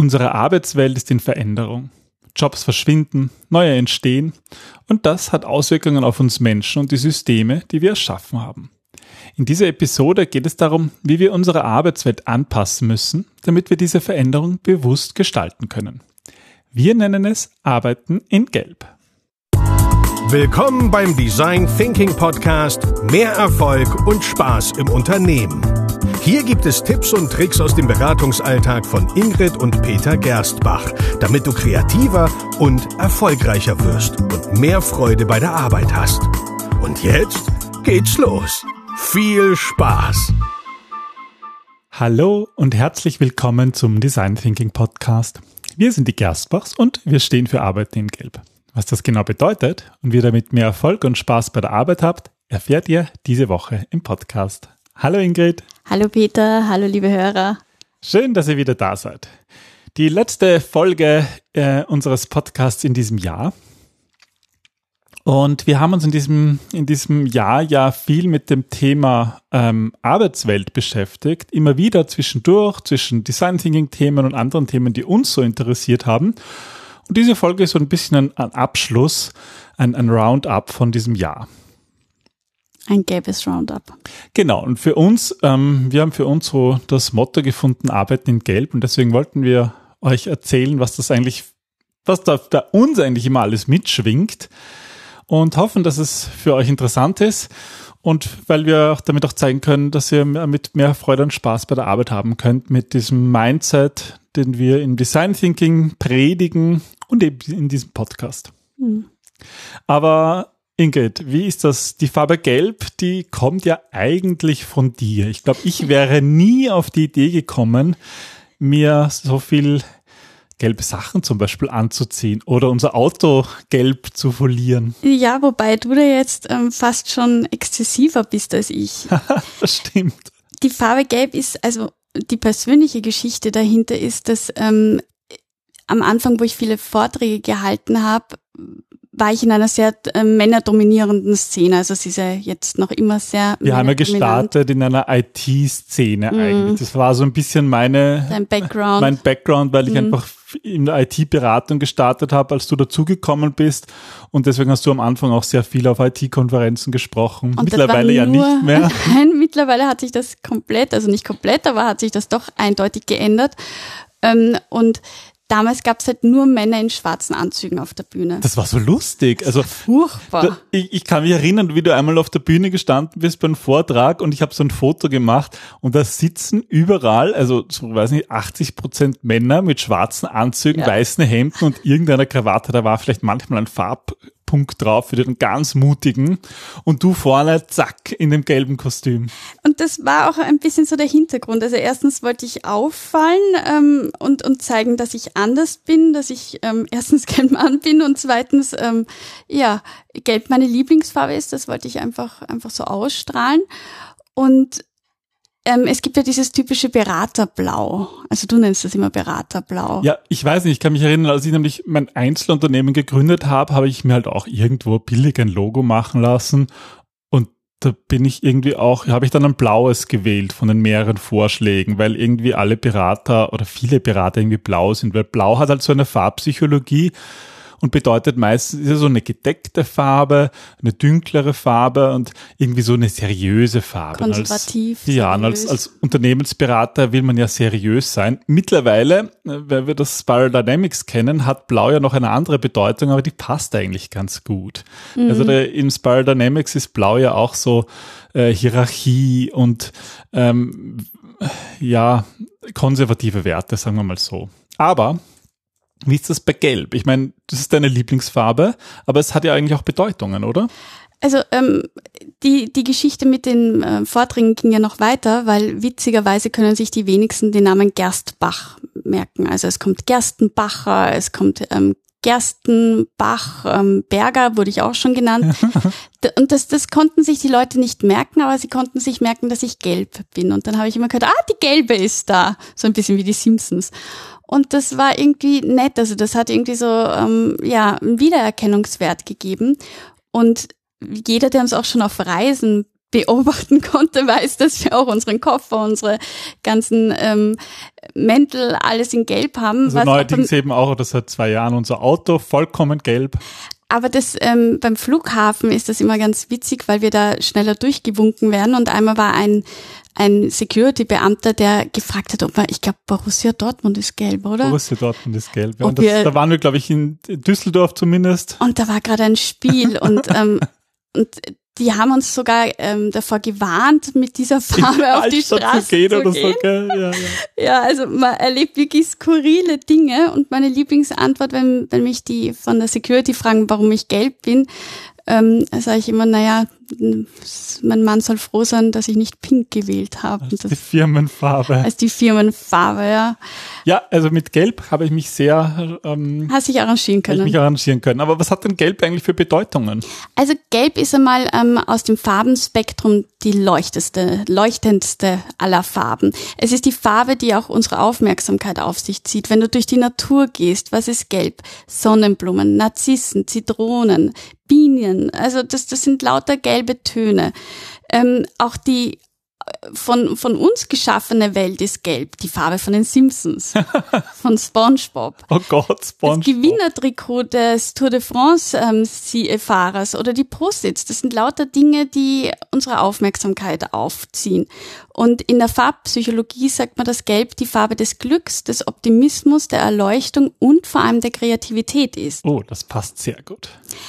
Unsere Arbeitswelt ist in Veränderung. Jobs verschwinden, neue entstehen und das hat Auswirkungen auf uns Menschen und die Systeme, die wir erschaffen haben. In dieser Episode geht es darum, wie wir unsere Arbeitswelt anpassen müssen, damit wir diese Veränderung bewusst gestalten können. Wir nennen es Arbeiten in Gelb. Willkommen beim Design Thinking Podcast Mehr Erfolg und Spaß im Unternehmen. Hier gibt es Tipps und Tricks aus dem Beratungsalltag von Ingrid und Peter Gerstbach, damit du kreativer und erfolgreicher wirst und mehr Freude bei der Arbeit hast. Und jetzt geht's los. Viel Spaß! Hallo und herzlich willkommen zum Design Thinking Podcast. Wir sind die Gerstbachs und wir stehen für Arbeiten in Gelb. Was das genau bedeutet und wie ihr damit mehr Erfolg und Spaß bei der Arbeit habt, erfährt ihr diese Woche im Podcast. Hallo Ingrid. Hallo Peter, hallo liebe Hörer. Schön, dass ihr wieder da seid. Die letzte Folge unseres Podcasts in diesem Jahr. Und wir haben uns in diesem Jahr ja viel mit dem Thema Arbeitswelt beschäftigt. Immer wieder zwischendurch, zwischen Design Thinking Themen und anderen Themen, die uns so interessiert haben. Und diese Folge ist so ein bisschen ein Abschluss, ein Roundup von diesem Jahr. Ein gelbes Roundup. Genau, und für uns, wir haben für uns so das Motto gefunden, Arbeiten in Gelb. Und deswegen wollten wir euch erzählen, was da uns eigentlich immer alles mitschwingt. Und hoffen, dass es für euch interessant ist. Und weil wir damit auch zeigen können, dass ihr mit mehr Freude und Spaß bei der Arbeit haben könnt, mit diesem Mindset, den wir im Design Thinking predigen und eben in diesem Podcast. Mhm. Aber Ingrid, wie ist das? Die Farbe Gelb, die kommt ja eigentlich von dir. Ich glaube, ich wäre nie auf die Idee gekommen, mir so viel gelbe Sachen zum Beispiel anzuziehen oder unser Auto gelb zu folieren. Ja, wobei du da jetzt fast schon exzessiver bist als ich. Das stimmt. Die Farbe Gelb ist, also die persönliche Geschichte dahinter ist, dass am Anfang, wo ich viele Vorträge gehalten habe, war ich in einer sehr männerdominierenden Szene. Also sie ist ja jetzt noch immer sehr Wir haben ja gestartet in einer IT-Szene eigentlich. Das war so ein bisschen mein Background, weil ich einfach in der IT-Beratung gestartet habe, als du dazugekommen bist. Und deswegen hast du am Anfang auch sehr viel auf IT-Konferenzen gesprochen. Und mittlerweile ja nicht mehr. Nein, mittlerweile hat sich das komplett, also nicht komplett, aber hat sich das doch eindeutig geändert. Und damals gab es halt nur Männer in schwarzen Anzügen auf der Bühne. Das war so lustig. Also furchtbar. Ich kann mich erinnern, wie du einmal auf der Bühne gestanden bist beim Vortrag und ich habe so ein Foto gemacht und da sitzen überall, also so, weiß nicht, 80% Männer mit schwarzen Anzügen, weißen Hemden und irgendeiner Krawatte. Da war vielleicht manchmal ein Farbpunkt drauf für den ganz Mutigen und du vorne, zack, in dem gelben Kostüm. Und das war auch ein bisschen so der Hintergrund. Also erstens wollte ich auffallen und zeigen, dass ich anders bin, dass ich erstens kein Mann bin und zweitens, Gelb meine Lieblingsfarbe ist. Das wollte ich einfach so ausstrahlen. Und es gibt ja dieses typische Beraterblau. Also du nennst das immer Beraterblau. Ja, ich weiß nicht, ich kann mich erinnern, als ich nämlich mein Einzelunternehmen gegründet habe, habe ich mir halt auch irgendwo billig ein Logo machen lassen und da habe ich dann ein blaues gewählt von den mehreren Vorschlägen, weil irgendwie alle Berater oder viele Berater irgendwie blau sind, weil blau hat halt so eine Farbpsychologie und bedeutet meistens, ist ja so eine gedeckte Farbe, eine dunklere Farbe und irgendwie so eine seriöse Farbe. Konservativ. Als Unternehmensberater will man ja seriös sein. Mittlerweile, weil wir das Spiral Dynamics kennen, hat Blau ja noch eine andere Bedeutung, aber die passt eigentlich ganz gut. Mhm. Also im Spiral Dynamics ist Blau ja auch so Hierarchie und konservative Werte, sagen wir mal so. Aber wie ist das bei Gelb? Ich meine, das ist deine Lieblingsfarbe, aber es hat ja eigentlich auch Bedeutungen, oder? Also die Geschichte mit den Vorträgen ging ja noch weiter, weil witzigerweise können sich die wenigsten den Namen Gerstbach merken. Also es kommt Gerstenbacher, es kommt Gerstenbach, Berger wurde ich auch schon genannt. Und das konnten sich die Leute nicht merken, aber sie konnten sich merken, dass ich gelb bin. Und dann habe ich immer gehört, die Gelbe ist da. So ein bisschen wie die Simpsons. Und das war irgendwie nett. Also das hat irgendwie so einen Wiedererkennungswert gegeben. Und jeder, der uns auch schon auf Reisen beobachten konnte, weiß, dass wir auch unseren Koffer, unsere ganzen Mäntel, alles in Gelb haben. Also neuerdings eben auch, oder seit 2 Jahren unser Auto, vollkommen gelb. Aber das beim Flughafen ist das immer ganz witzig, weil wir da schneller durchgewunken werden. Und einmal war ein Security-Beamter, der gefragt hat, ich glaube, Borussia Dortmund ist gelb, oder? Borussia Dortmund ist gelb, ja. Und da waren wir, glaube ich, in Düsseldorf zumindest. Und da war gerade ein Spiel und die haben uns sogar davor gewarnt, mit dieser Farbe auf die Straße zu gehen. Oder so, gell? Ja, also man erlebt wirklich skurrile Dinge. Und meine Lieblingsantwort, wenn mich die von der Security fragen, warum ich gelb bin, sage ich immer, mein Mann soll froh sein, dass ich nicht pink gewählt habe. Als die Firmenfarbe. Als die Firmenfarbe, ja. Ja, also mit Gelb habe ich mich sehr... Hast dich arrangieren können. Aber was hat denn Gelb eigentlich für Bedeutungen? Also Gelb ist einmal aus dem Farbenspektrum die leuchtendste aller Farben. Es ist die Farbe, die auch unsere Aufmerksamkeit auf sich zieht. Wenn du durch die Natur gehst, was ist Gelb? Sonnenblumen, Narzissen, Zitronen, Bienen, also das sind lauter gelbe Töne. Auch die von uns geschaffene Welt ist gelb, die Farbe von den Simpsons, von SpongeBob. Oh Gott, SpongeBob. Das Gewinnertrikot des Tour de France Fahrers oder die Post-its, das sind lauter Dinge, die unsere Aufmerksamkeit aufziehen. Und in der Farbpsychologie sagt man, dass Gelb die Farbe des Glücks, des Optimismus, der Erleuchtung und vor allem der Kreativität ist. Oh, das passt sehr gut.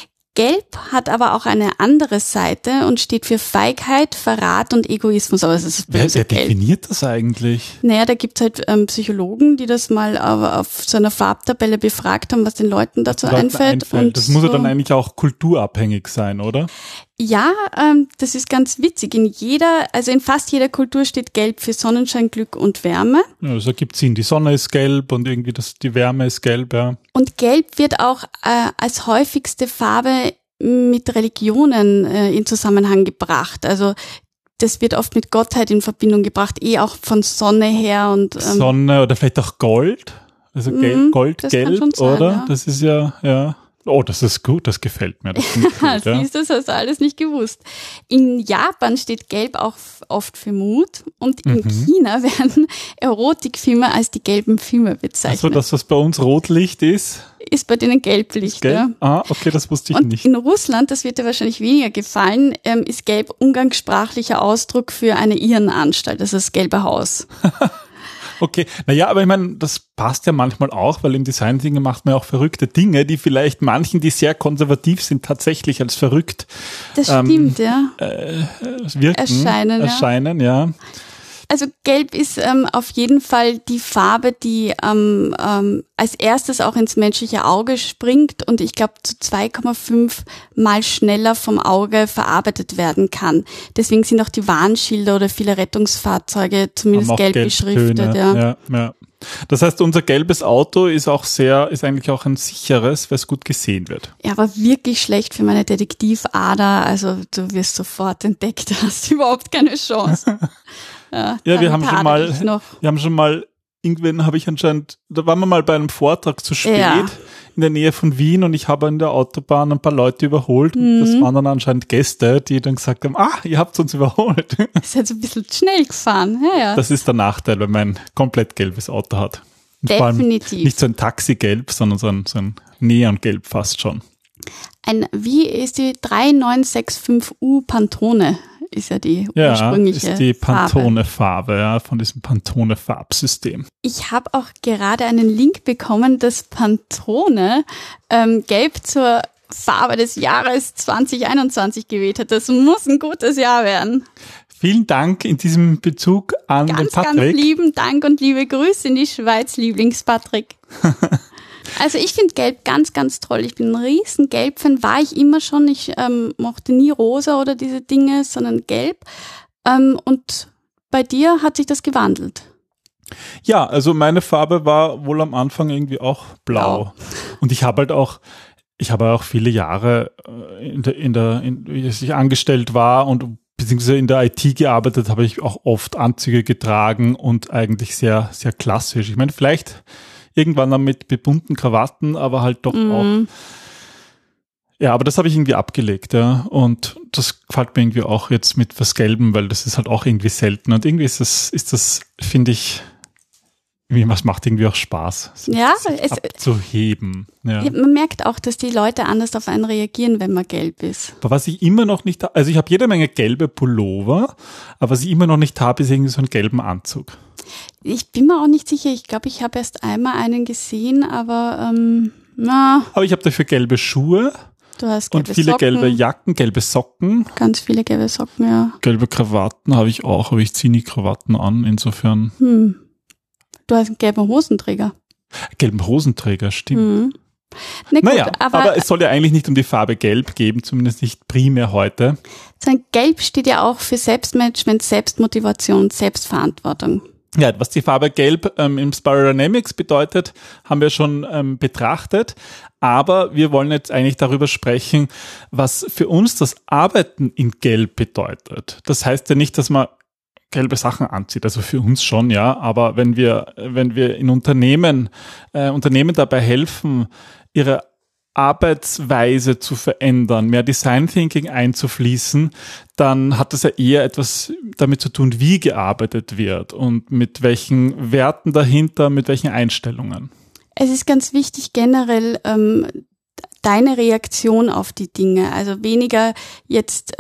Gelb hat aber auch eine andere Seite und steht für Feigheit, Verrat und Egoismus. Aber es ist Wer definiert das eigentlich? Naja, da gibt's halt Psychologen, die das mal auf so einer Farbtabelle befragt haben, was den Leuten dazu einfällt. Und das muss ja dann eigentlich auch kulturabhängig sein, oder? Ja, das ist ganz witzig. In fast jeder Kultur steht Gelb für Sonnenschein, Glück und Wärme. Ja, das ergibt Sinn. Die Sonne ist gelb und irgendwie die Wärme ist gelb, ja. Und Gelb wird auch als häufigste Farbe mit Religionen in Zusammenhang gebracht. Also das wird oft mit Gottheit in Verbindung gebracht, auch von Sonne her und Sonne oder vielleicht auch Gold. Also Goldgelb, oder? Ja. Das ist ja. Oh, das ist gut, das gefällt mir. Das gut, siehst du, das hast du alles nicht gewusst. In Japan steht Gelb auch oft für Mut und in China werden Erotikfilme als die gelben Filme bezeichnet. Also das, was bei uns Rotlicht ist bei denen Gelblicht. Gelb? Ja. Ah, okay, das wusste ich nicht. In Russland, das wird dir wahrscheinlich weniger gefallen, ist Gelb umgangssprachlicher Ausdruck für eine Irrenanstalt, das ist das Gelbe Haus. Okay, naja, aber ich meine, das passt ja manchmal auch, weil im Design-Dinge macht man ja auch verrückte Dinge, die vielleicht manchen, die sehr konservativ sind, tatsächlich als verrückt das stimmt, erscheinen, ja. Also Gelb ist auf jeden Fall die Farbe, die als erstes auch ins menschliche Auge springt und ich glaube zu 2,5 Mal schneller vom Auge verarbeitet werden kann. Deswegen sind auch die Warnschilder oder viele Rettungsfahrzeuge zumindest gelb beschriftet. Ja. Das heißt, unser gelbes Auto ist eigentlich auch ein sicheres, weil es gut gesehen wird. Ja, aber wirklich schlecht für meine Detektivader. Also du wirst sofort entdeckt, hast überhaupt keine Chance. Ja, wir haben schon mal, irgendwann habe ich anscheinend, da waren wir mal bei einem Vortrag zu spät in der Nähe von Wien und ich habe in der Autobahn ein paar Leute überholt. Und das waren dann anscheinend Gäste, die dann gesagt haben, ihr habt uns überholt. Das ist halt so ein bisschen schnell gefahren. Ja. Das ist der Nachteil, wenn man ein komplett gelbes Auto hat. Und definitiv. Vor allem nicht so ein Taxigelb, sondern so ein Neongelb fast schon. Wie ist die 3965U Pantone? Ist ja die ursprüngliche ist die Pantone-Farbe, von diesem Pantone-Farbsystem. Ich habe auch gerade einen Link bekommen, dass Pantone Gelb zur Farbe des Jahres 2021 gewählt hat. Das muss ein gutes Jahr werden. Vielen Dank in diesem Bezug an den Patrick. Ganz lieben Dank und liebe Grüße in die Schweiz, Lieblings-Patrick. Also ich finde Gelb ganz, ganz toll. Ich bin ein riesen Gelb-Fan, war ich immer schon. Ich mochte nie rosa oder diese Dinge, sondern Gelb. Und bei dir hat sich das gewandelt. Ja, also meine Farbe war wohl am Anfang irgendwie auch blau. Und ich habe auch viele Jahre als ich angestellt war und beziehungsweise in der IT gearbeitet, habe ich auch oft Anzüge getragen und eigentlich sehr, sehr klassisch. Ich meine, vielleicht irgendwann dann mit bebunten Krawatten, aber halt doch auch Ja, aber das habe ich irgendwie abgelegt, ja. Und das gefällt mir irgendwie auch jetzt mit was Gelbem, weil das ist halt auch irgendwie selten. Und irgendwie ist das, finde ich, was macht irgendwie auch Spaß, sich abzuheben. Ja. Man merkt auch, dass die Leute anders auf einen reagieren, wenn man gelb ist. Aber was ich immer noch nicht, also ich habe jede Menge gelbe Pullover, aber was ich immer noch nicht habe, ist irgendwie so einen gelben Anzug. Ich bin mir auch nicht sicher. Ich glaube, ich habe erst einmal einen gesehen, aber Aber ich habe dafür gelbe Schuhe. Du hast gelbe und viele Socken. Gelbe Jacken, gelbe Socken. Ganz viele gelbe Socken, ja. Gelbe Krawatten habe ich auch, aber ich ziehe nie Krawatten an, insofern. Du hast einen gelben Hosenträger. Gelben Hosenträger, stimmt. Na gut, naja, aber es soll ja eigentlich nicht um die Farbe Gelb gehen, zumindest nicht primär heute. Gelb steht ja auch für Selbstmanagement, Selbstmotivation, Selbstverantwortung. Ja, was die Farbe Gelb im Spiral Dynamics bedeutet, haben wir schon betrachtet. Aber wir wollen jetzt eigentlich darüber sprechen, was für uns das Arbeiten in Gelb bedeutet. Das heißt ja nicht, dass man gelbe Sachen anzieht, also für uns schon, ja. Aber wenn wir in Unternehmen dabei helfen, ihre Arbeitsweise zu verändern, mehr Design Thinking einzufließen, dann hat das ja eher etwas damit zu tun, wie gearbeitet wird und mit welchen Werten dahinter, mit welchen Einstellungen. Es ist ganz wichtig generell deine Reaktion auf die Dinge, also weniger jetzt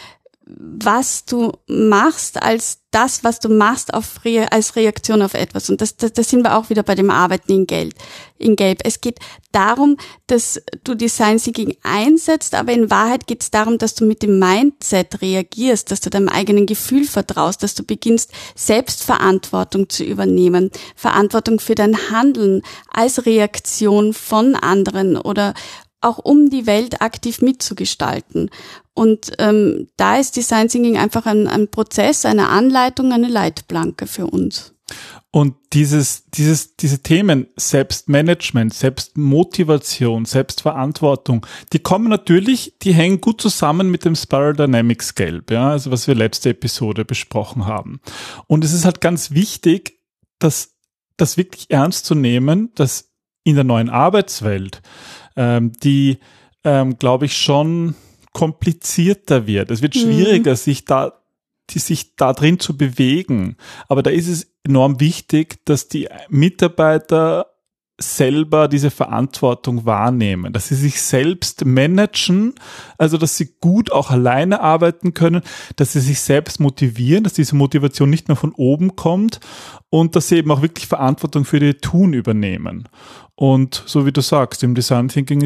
was du machst, als das, was du machst als Reaktion auf etwas. Und das sind wir auch wieder bei dem Arbeiten in Gelb. Es geht darum, dass du Design Thinking einsetzt, aber in Wahrheit geht es darum, dass du mit dem Mindset reagierst, dass du deinem eigenen Gefühl vertraust, dass du beginnst, Selbstverantwortung zu übernehmen, Verantwortung für dein Handeln als Reaktion von anderen oder auch um die Welt aktiv mitzugestalten. Und da ist Design Thinking einfach ein Prozess, eine Anleitung, eine Leitplanke für uns. Und diese Themen Selbstmanagement, Selbstmotivation, Selbstverantwortung, die hängen gut zusammen mit dem Spiral Dynamics Gelb, ja, also was wir letzte Episode besprochen haben. Und es ist halt ganz wichtig, das wirklich ernst zu nehmen, dass in der neuen Arbeitswelt die, glaube ich, schon komplizierter wird. Es wird schwieriger, sich da drin zu bewegen. Aber da ist es enorm wichtig, dass die Mitarbeiter selber diese Verantwortung wahrnehmen, dass sie sich selbst managen, also dass sie gut auch alleine arbeiten können, dass sie sich selbst motivieren, dass diese Motivation nicht mehr von oben kommt und dass sie eben auch wirklich Verantwortung für ihr Tun übernehmen. Und so wie du sagst, im Design Thinking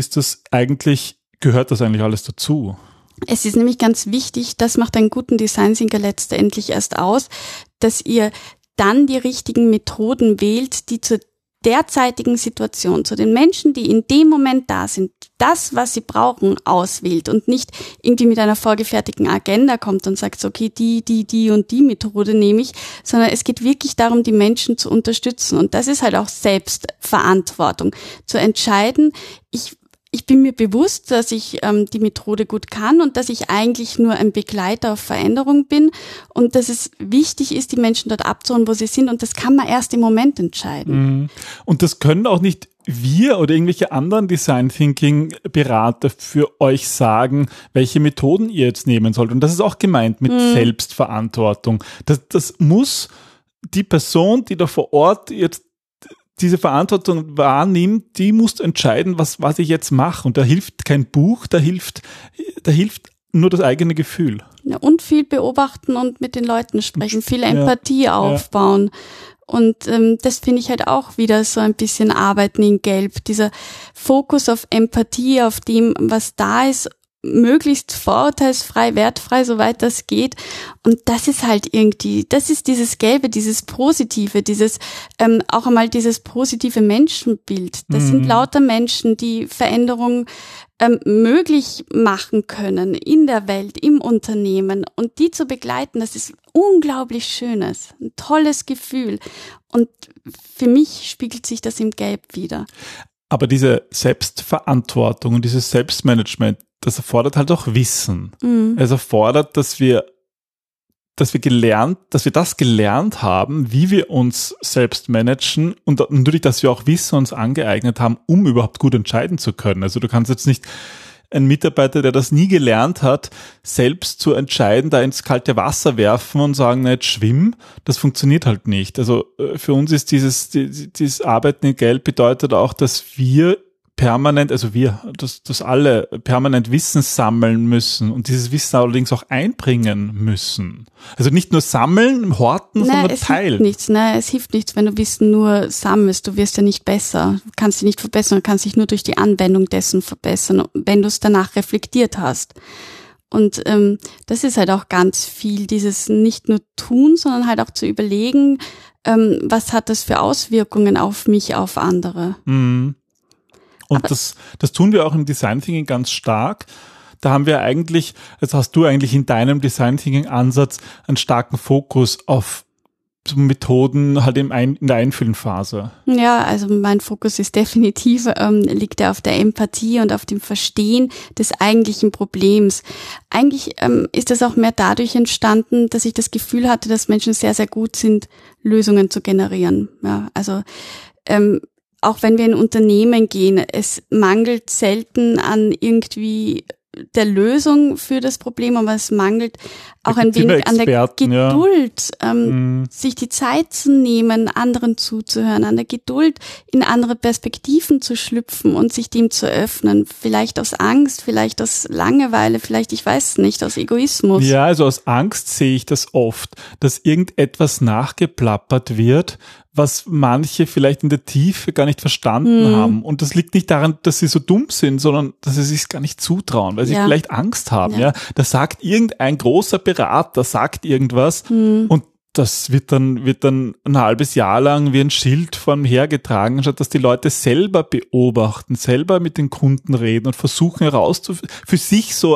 gehört das eigentlich alles dazu. Es ist nämlich ganz wichtig, das macht einen guten Design Thinker letztendlich erst aus, dass ihr dann die richtigen Methoden wählt, die zur derzeitigen Situation, zu den Menschen, die in dem Moment da sind, das, was sie brauchen, auswählt und nicht irgendwie mit einer vorgefertigten Agenda kommt und sagt, okay, die und die Methode nehme ich, sondern es geht wirklich darum, die Menschen zu unterstützen. Und das ist halt auch Selbstverantwortung, zu entscheiden, ich bin mir bewusst, dass ich die Methode gut kann und dass ich eigentlich nur ein Begleiter auf Veränderung bin und dass es wichtig ist, die Menschen dort abzuholen, wo sie sind, und das kann man erst im Moment entscheiden. Und das können auch nicht wir oder irgendwelche anderen Design Thinking Berater für euch sagen, welche Methoden ihr jetzt nehmen sollt. Und das ist auch gemeint mit Selbstverantwortung. Das muss die Person, die da vor Ort jetzt diese Verantwortung wahrnimmt, die muss entscheiden, was ich jetzt mache. Und da hilft kein Buch, da hilft nur das eigene Gefühl. Ja, und viel beobachten und mit den Leuten sprechen, viel Empathie aufbauen. Und das finde ich halt auch wieder so ein bisschen Arbeiten in Gelb. Dieser Fokus auf Empathie, auf dem, was da ist, möglichst vorurteilsfrei, wertfrei, soweit das geht. Und das ist halt irgendwie, das ist dieses Gelbe, dieses Positive, dieses auch einmal dieses positive Menschenbild. Das sind lauter Menschen, die Veränderung möglich machen können in der Welt, im Unternehmen, und die zu begleiten, das ist unglaublich Schönes, ein tolles Gefühl. Und für mich spiegelt sich das im Gelb wider. Aber diese Selbstverantwortung und dieses Selbstmanagement, das erfordert halt auch Wissen. Es erfordert, dass wir das gelernt haben, wie wir uns selbst managen, und natürlich, dass wir auch Wissen uns angeeignet haben, um überhaupt gut entscheiden zu können. Also du kannst jetzt nicht ein Mitarbeiter, der das nie gelernt hat, selbst zu entscheiden, da ins kalte Wasser werfen und sagen, jetzt schwimm, das funktioniert halt nicht. Also für uns ist dieses Arbeiten in Gelb bedeutet auch, dass wir permanent, dass alle permanent Wissen sammeln müssen und dieses Wissen allerdings auch einbringen müssen. Also nicht nur sammeln, horten, sondern teilen. Es hilft nichts, wenn du Wissen nur sammelst. Du wirst ja nicht besser. Du kannst dich nicht verbessern, du kannst dich nur durch die Anwendung dessen verbessern, wenn du es danach reflektiert hast. Und das ist halt auch ganz viel, dieses nicht nur tun, sondern halt auch zu überlegen, was hat das für Auswirkungen auf mich, auf andere. Mhm. Und das tun wir auch im Design Thinking ganz stark. Da haben wir eigentlich, also hast du eigentlich in deinem Design Thinking Ansatz einen starken Fokus auf so Methoden halt in der Einfühlenphase. Ja, also mein Fokus ist definitiv, liegt ja auf der Empathie und auf dem Verstehen des eigentlichen Problems. Eigentlich ist das auch mehr dadurch entstanden, dass ich das Gefühl hatte, dass Menschen sehr, sehr gut sind, Lösungen zu generieren. Ja, also auch wenn wir in Unternehmen gehen, es mangelt selten an irgendwie der Lösung für das Problem, aber es mangelt auch ein wenig an der Geduld, sich die Zeit zu nehmen, anderen zuzuhören, an der Geduld, in andere Perspektiven zu schlüpfen und sich dem zu öffnen. Vielleicht aus Angst, vielleicht aus Langeweile, vielleicht, ich weiß nicht, aus Egoismus. Ja, also aus Angst sehe ich das oft, dass irgendetwas nachgeplappert wird, was manche vielleicht in der Tiefe gar nicht verstanden haben. Und das liegt nicht daran, dass sie so dumm sind, sondern dass sie sich gar nicht zutrauen, weil sie vielleicht Angst haben. Ja, da sagt irgendein großer Berater, sagt irgendwas und das wird dann ein halbes Jahr lang wie ein Schild vor dem hergetragen, statt dass die Leute selber beobachten, selber mit den Kunden reden und versuchen für sich so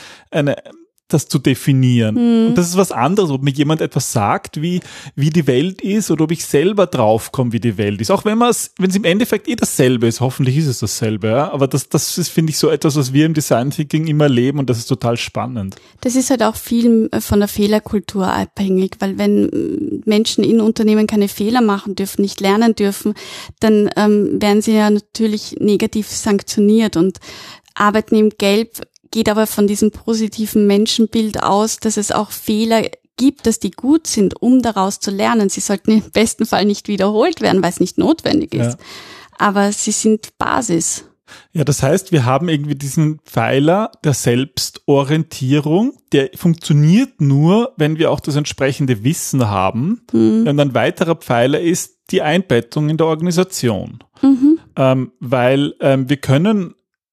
das zu definieren. Und das ist was anderes, ob mir jemand etwas sagt, wie die Welt ist oder ob ich selber draufkomme, wie die Welt ist. Auch wenn es im Endeffekt dasselbe ist, hoffentlich ist es dasselbe, ja. Aber das ist, finde ich, so etwas, was wir im Design Thinking immer erleben und das ist total spannend. Das ist halt auch viel von der Fehlerkultur abhängig, weil wenn Menschen in Unternehmen keine Fehler machen dürfen, nicht lernen dürfen, dann werden sie ja natürlich negativ sanktioniert und Arbeiten im Gelb geht aber von diesem positiven Menschenbild aus, dass es auch Fehler gibt, dass die gut sind, um daraus zu lernen. Sie sollten im besten Fall nicht wiederholt werden, weil es nicht notwendig ist. Ja. Aber sie sind Basis. Ja, das heißt, wir haben irgendwie diesen Pfeiler der Selbstorientierung, der funktioniert nur, wenn wir auch das entsprechende Wissen haben. Und ein weiterer Pfeiler ist die Einbettung in der Organisation. Weil wir können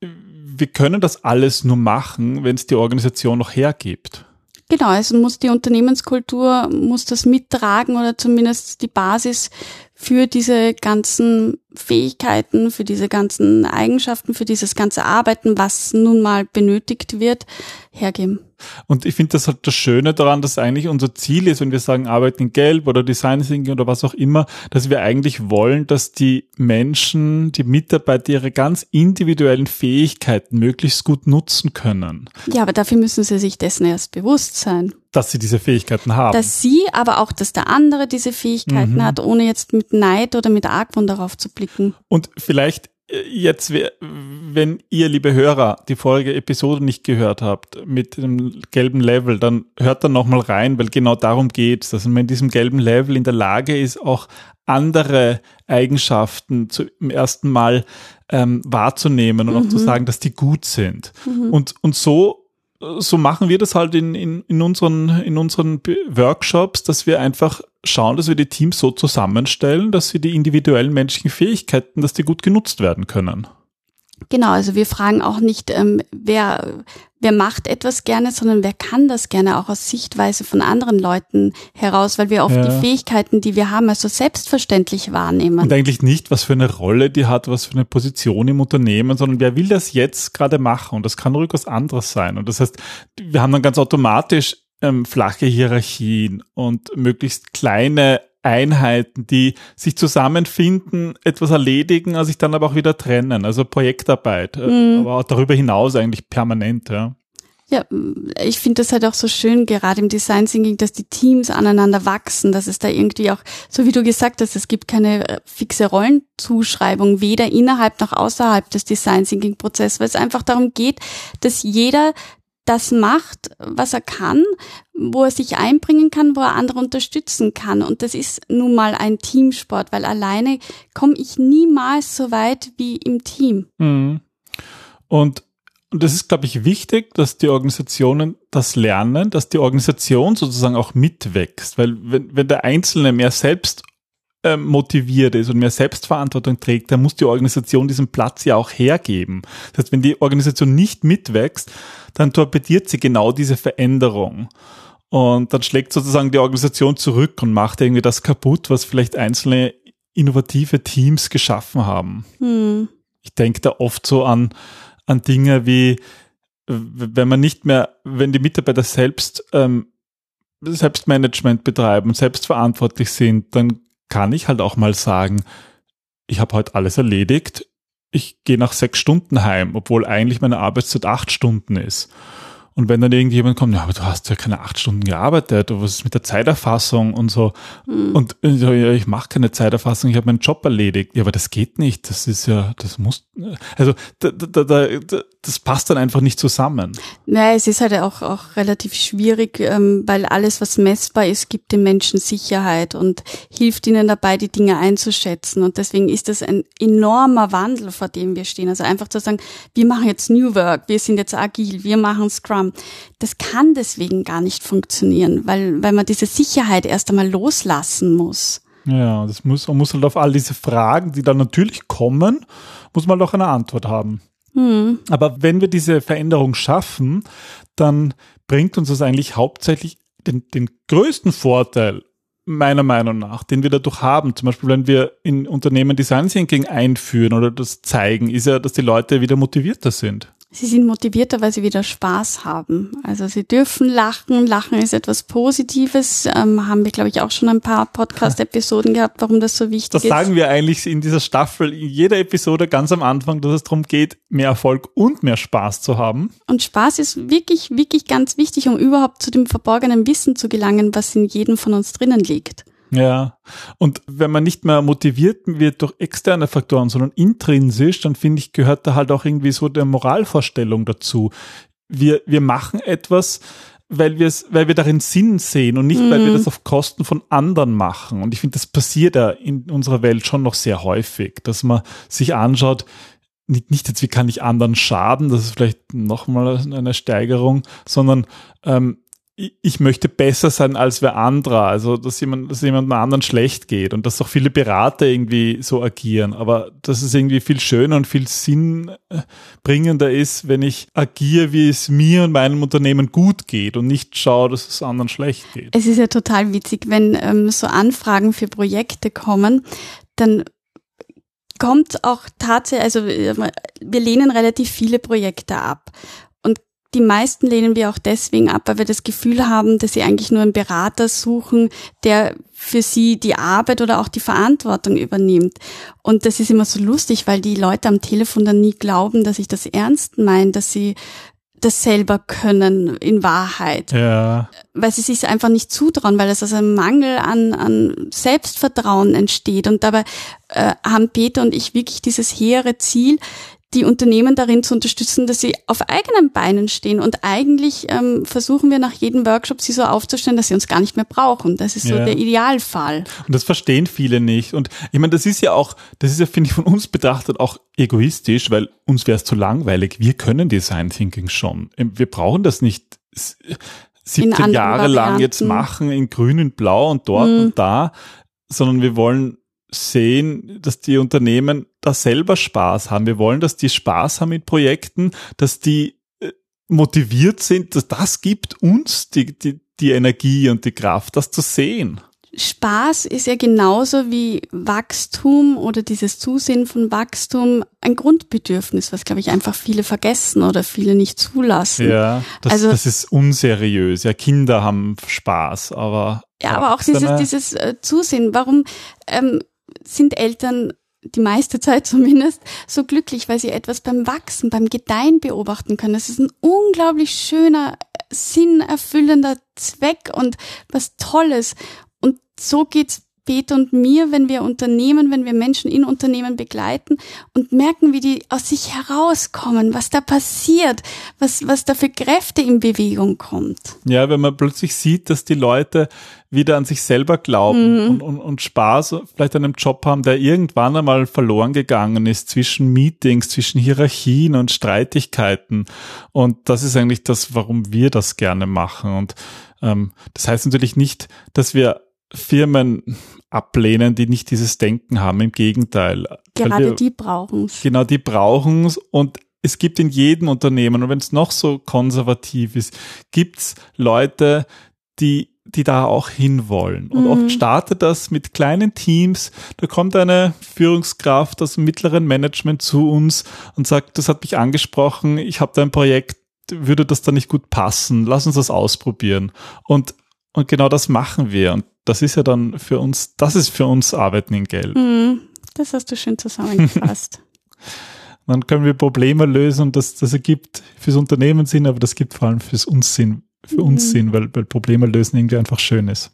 das alles nur machen, wenn es die Organisation noch hergibt. Genau, also muss die Unternehmenskultur, muss das mittragen oder zumindest die Basis für diese ganzen Fähigkeiten, für diese ganzen Eigenschaften, für dieses ganze Arbeiten, was nun mal benötigt wird, hergeben. Und ich finde das halt das Schöne daran, dass eigentlich unser Ziel ist, wenn wir sagen, Arbeiten in Gelb oder Design Thinking oder was auch immer, dass wir eigentlich wollen, dass die Menschen, die Mitarbeiter ihre ganz individuellen Fähigkeiten möglichst gut nutzen können. Ja, aber dafür müssen sie sich dessen erst bewusst sein. Dass sie diese Fähigkeiten haben. Dass sie, aber auch, dass der andere diese Fähigkeiten hat, ohne jetzt mit Neid oder mit Argwohn darauf zu blicken. Und vielleicht jetzt, wenn ihr, liebe Hörer, die vorige Episode nicht gehört habt mit dem gelben Level, dann hört dann nochmal rein, weil genau darum geht's, dass man in diesem gelben Level in der Lage ist, auch andere Eigenschaften im ersten Mal wahrzunehmen und auch zu sagen, dass die gut sind. Und so machen wir das halt in unseren Workshops, dass wir einfach schauen, dass wir die Teams so zusammenstellen, dass sie die individuellen menschlichen Fähigkeiten, dass die gut genutzt werden können. Genau, also wir fragen auch nicht, wer macht etwas gerne, sondern wer kann das gerne auch aus Sichtweise von anderen Leuten heraus, weil wir oft die Fähigkeiten, die wir haben, also selbstverständlich wahrnehmen. Und eigentlich nicht, was für eine Rolle die hat, was für eine Position im Unternehmen, sondern wer will das jetzt gerade machen und das kann ruhig was anderes sein. Und das heißt, wir haben dann ganz automatisch flache Hierarchien und möglichst kleine Einheiten, die sich zusammenfinden, etwas erledigen, sich dann aber auch wieder trennen. Also Projektarbeit, aber auch darüber hinaus eigentlich permanent. Ja. Ja, ich finde das halt auch so schön, gerade im Design Thinking, dass die Teams aneinander wachsen, dass es da irgendwie auch, so wie du gesagt hast, es gibt keine fixe Rollenzuschreibung, weder innerhalb noch außerhalb des Design Thinking Prozesses, weil es einfach darum geht, dass jeder das macht, was er kann, wo er sich einbringen kann, wo er andere unterstützen kann. Und das ist nun mal ein Teamsport, weil alleine komme ich niemals so weit wie im Team. Mhm. Und das ist, glaube ich, wichtig, dass die Organisationen das lernen, dass die Organisation sozusagen auch mitwächst. Weil wenn der Einzelne mehr selbst motiviert ist und mehr Selbstverantwortung trägt, dann muss die Organisation diesen Platz ja auch hergeben. Das heißt, wenn die Organisation nicht mitwächst, dann torpediert sie genau diese Veränderung. Und dann schlägt sozusagen die Organisation zurück und macht irgendwie das kaputt, was vielleicht einzelne innovative Teams geschaffen haben. Ich denke da oft so an Dinge wie, wenn die Mitarbeiter Selbstmanagement betreiben und selbstverantwortlich sind, dann kann ich halt auch mal sagen, ich habe heute alles erledigt, ich gehe nach 6 Stunden heim, obwohl eigentlich meine Arbeitszeit 8 Stunden ist. Und wenn dann irgendjemand kommt, ja, aber du hast ja keine 8 Stunden gearbeitet, was ist mit der Zeiterfassung und so. Und ja, ich mache keine Zeiterfassung, ich habe meinen Job erledigt. Ja, aber das geht nicht, das passt dann einfach nicht zusammen. Naja, es ist halt auch relativ schwierig, weil alles, was messbar ist, gibt den Menschen Sicherheit und hilft ihnen dabei, die Dinge einzuschätzen. Und deswegen ist das ein enormer Wandel, vor dem wir stehen. Also einfach zu sagen, wir machen jetzt New Work, wir sind jetzt agil, wir machen Scrum. Das kann deswegen gar nicht funktionieren, weil man diese Sicherheit erst einmal loslassen muss. Ja, man muss halt auf all diese Fragen, die dann natürlich kommen, muss man doch eine Antwort haben. Aber wenn wir diese Veränderung schaffen, dann bringt uns das eigentlich hauptsächlich den größten Vorteil, meiner Meinung nach, den wir dadurch haben, zum Beispiel wenn wir in Unternehmen Design Thinking einführen oder das zeigen, ist ja, dass die Leute wieder motivierter sind. Sie sind motivierter, weil sie wieder Spaß haben. Also sie dürfen lachen. Lachen ist etwas Positives. Haben wir, glaube ich, auch schon ein paar Podcast-Episoden gehabt, warum das so wichtig ist. Das sagen wir eigentlich in dieser Staffel, in jeder Episode ganz am Anfang, dass es darum geht, mehr Erfolg und mehr Spaß zu haben. Und Spaß ist wirklich, wirklich ganz wichtig, um überhaupt zu dem verborgenen Wissen zu gelangen, was in jedem von uns drinnen liegt. Ja, und wenn man nicht mehr motiviert wird durch externe Faktoren, sondern intrinsisch, dann finde ich, gehört da halt auch irgendwie so der Moralvorstellung dazu. Wir machen etwas, weil wir darin Sinn sehen und nicht, weil wir das auf Kosten von anderen machen. Und ich finde, das passiert ja in unserer Welt schon noch sehr häufig, dass man sich anschaut, nicht jetzt, wie kann ich anderen schaden, das ist vielleicht nochmal eine Steigerung, sondern ich möchte besser sein als wer anderer, also dass jemandem anderen schlecht geht und dass auch viele Berater irgendwie so agieren, aber dass es irgendwie viel schöner und viel sinnbringender ist, wenn ich agiere, wie es mir und meinem Unternehmen gut geht und nicht schaue, dass es anderen schlecht geht. Es ist ja total witzig, wenn so Anfragen für Projekte kommen, dann kommt auch tatsächlich, also wir lehnen relativ viele Projekte ab. Die meisten lehnen wir auch deswegen ab, weil wir das Gefühl haben, dass sie eigentlich nur einen Berater suchen, der für sie die Arbeit oder auch die Verantwortung übernimmt. Und das ist immer so lustig, weil die Leute am Telefon dann nie glauben, dass ich das ernst meine, dass sie das selber können in Wahrheit. Ja. Weil sie sich einfach nicht zutrauen, weil es aus einem Mangel an Selbstvertrauen entsteht. Und dabei haben Peter und ich wirklich dieses hehre Ziel, die Unternehmen darin zu unterstützen, dass sie auf eigenen Beinen stehen. Und eigentlich versuchen wir nach jedem Workshop, sie so aufzustellen, dass sie uns gar nicht mehr brauchen. Das ist so der Idealfall. Und das verstehen viele nicht. Und ich meine, das ist ja, finde ich, von uns betrachtet auch egoistisch, weil uns wäre es zu langweilig. Wir können Design Thinking schon. Wir brauchen das nicht 17 Jahre lang jetzt machen in grün und blau und dort und da, sondern wir wollen sehen, dass die Unternehmen da selber Spaß haben. Wir wollen, dass die Spaß haben mit Projekten, dass die motiviert sind. Das gibt uns die Energie und die Kraft, das zu sehen. Spaß ist ja genauso wie Wachstum oder dieses Zusehen von Wachstum ein Grundbedürfnis, was, glaube ich, einfach viele vergessen oder viele nicht zulassen. Ja, das ist unseriös. Ja, Kinder haben Spaß, aber ja, aber auch dieses Zusehen. Warum sind Eltern die meiste Zeit zumindest, so glücklich, weil sie etwas beim Wachsen, beim Gedeihen beobachten können. Das ist ein unglaublich schöner, sinnerfüllender Zweck und was Tolles. Und so geht's Peter und mir, wenn wir Menschen in Unternehmen begleiten und merken, wie die aus sich herauskommen, was da passiert, was da für Kräfte in Bewegung kommt. Ja, wenn man plötzlich sieht, dass die Leute wieder an sich selber glauben und Spaß vielleicht an einem Job haben, der irgendwann einmal verloren gegangen ist zwischen Meetings, zwischen Hierarchien und Streitigkeiten. Und das ist eigentlich das, warum wir das gerne machen. Und das heißt natürlich nicht, dass wir Firmen ablehnen, die nicht dieses Denken haben. Im Gegenteil. Gerade die brauchen es. Genau, die brauchen es. Und es gibt in jedem Unternehmen, und wenn es noch so konservativ ist, gibt es Leute, die da auch hinwollen. Und oft startet das mit kleinen Teams. Da kommt eine Führungskraft aus dem mittleren Management zu uns und sagt, das hat mich angesprochen, ich habe da ein Projekt, würde das da nicht gut passen? Lass uns das ausprobieren. Und genau das machen wir. Und das ist ja dann für uns, Arbeiten in Gelb. Das hast du schön zusammengefasst. Dann können wir Probleme lösen und das ergibt fürs Unternehmen Sinn, aber das gibt vor allem für uns Sinn, weil Probleme lösen irgendwie einfach schön ist.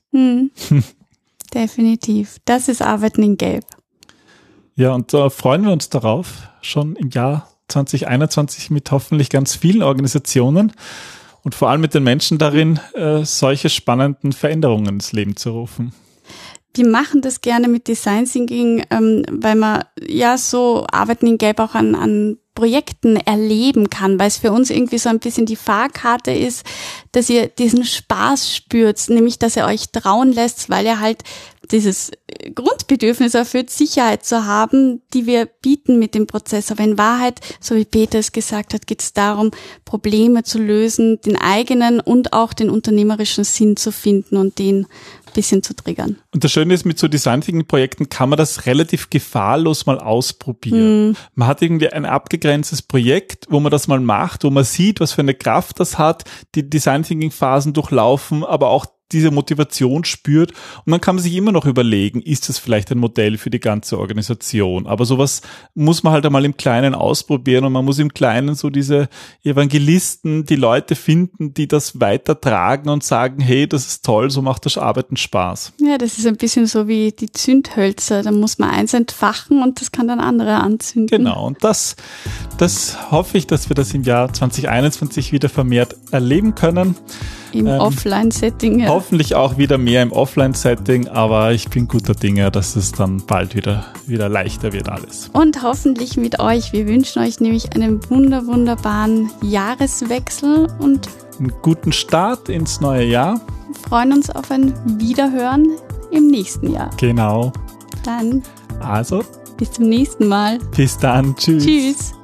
Definitiv. Das ist Arbeiten in Gelb. Ja, und da freuen wir uns darauf, schon im Jahr 2021 mit hoffentlich ganz vielen Organisationen und vor allem mit den Menschen darin, solche spannenden Veränderungen ins Leben zu rufen. Wir machen das gerne mit Design Thinking, weil man ja so Arbeiten in Gelb auch an Projekten erleben kann, weil es für uns irgendwie so ein bisschen die Fahrkarte ist, dass ihr diesen Spaß spürt, nämlich dass er euch trauen lässt, weil er halt dieses Grundbedürfnis erfüllt, Sicherheit zu haben, die wir bieten mit dem Prozess. Aber in Wahrheit, so wie Peter es gesagt hat, geht es darum, Probleme zu lösen, den eigenen und auch den unternehmerischen Sinn zu finden und den ein bisschen zu triggern. Und das Schöne ist, mit so Design-Thinking-Projekten kann man das relativ gefahrlos mal ausprobieren. Man hat irgendwie ein abgegrenztes Projekt, wo man das mal macht, wo man sieht, was für eine Kraft das hat, die Design-Thinking-Phasen durchlaufen, aber auch diese Motivation spürt und dann kann man sich immer noch überlegen, ist das vielleicht ein Modell für die ganze Organisation? Aber sowas muss man halt einmal im Kleinen ausprobieren und man muss im Kleinen so diese Evangelisten, die Leute finden, die das weitertragen und sagen, hey, das ist toll, so macht das Arbeiten Spaß. Ja, das ist ein bisschen so wie die Zündhölzer, da muss man eins entfachen und das kann dann andere anzünden. Genau, und das hoffe ich, dass wir das im Jahr 2021 wieder vermehrt erleben können. Im Offline-Setting, ja. Hoffentlich auch wieder mehr im Offline-Setting, aber ich bin guter Dinge, dass es dann bald wieder leichter wird alles. Und hoffentlich mit euch. Wir wünschen euch nämlich einen wunderbaren Jahreswechsel und einen guten Start ins neue Jahr. Freuen uns auf ein Wiederhören im nächsten Jahr. Genau. Dann also bis zum nächsten Mal. Bis dann. Tschüss. Tschüss.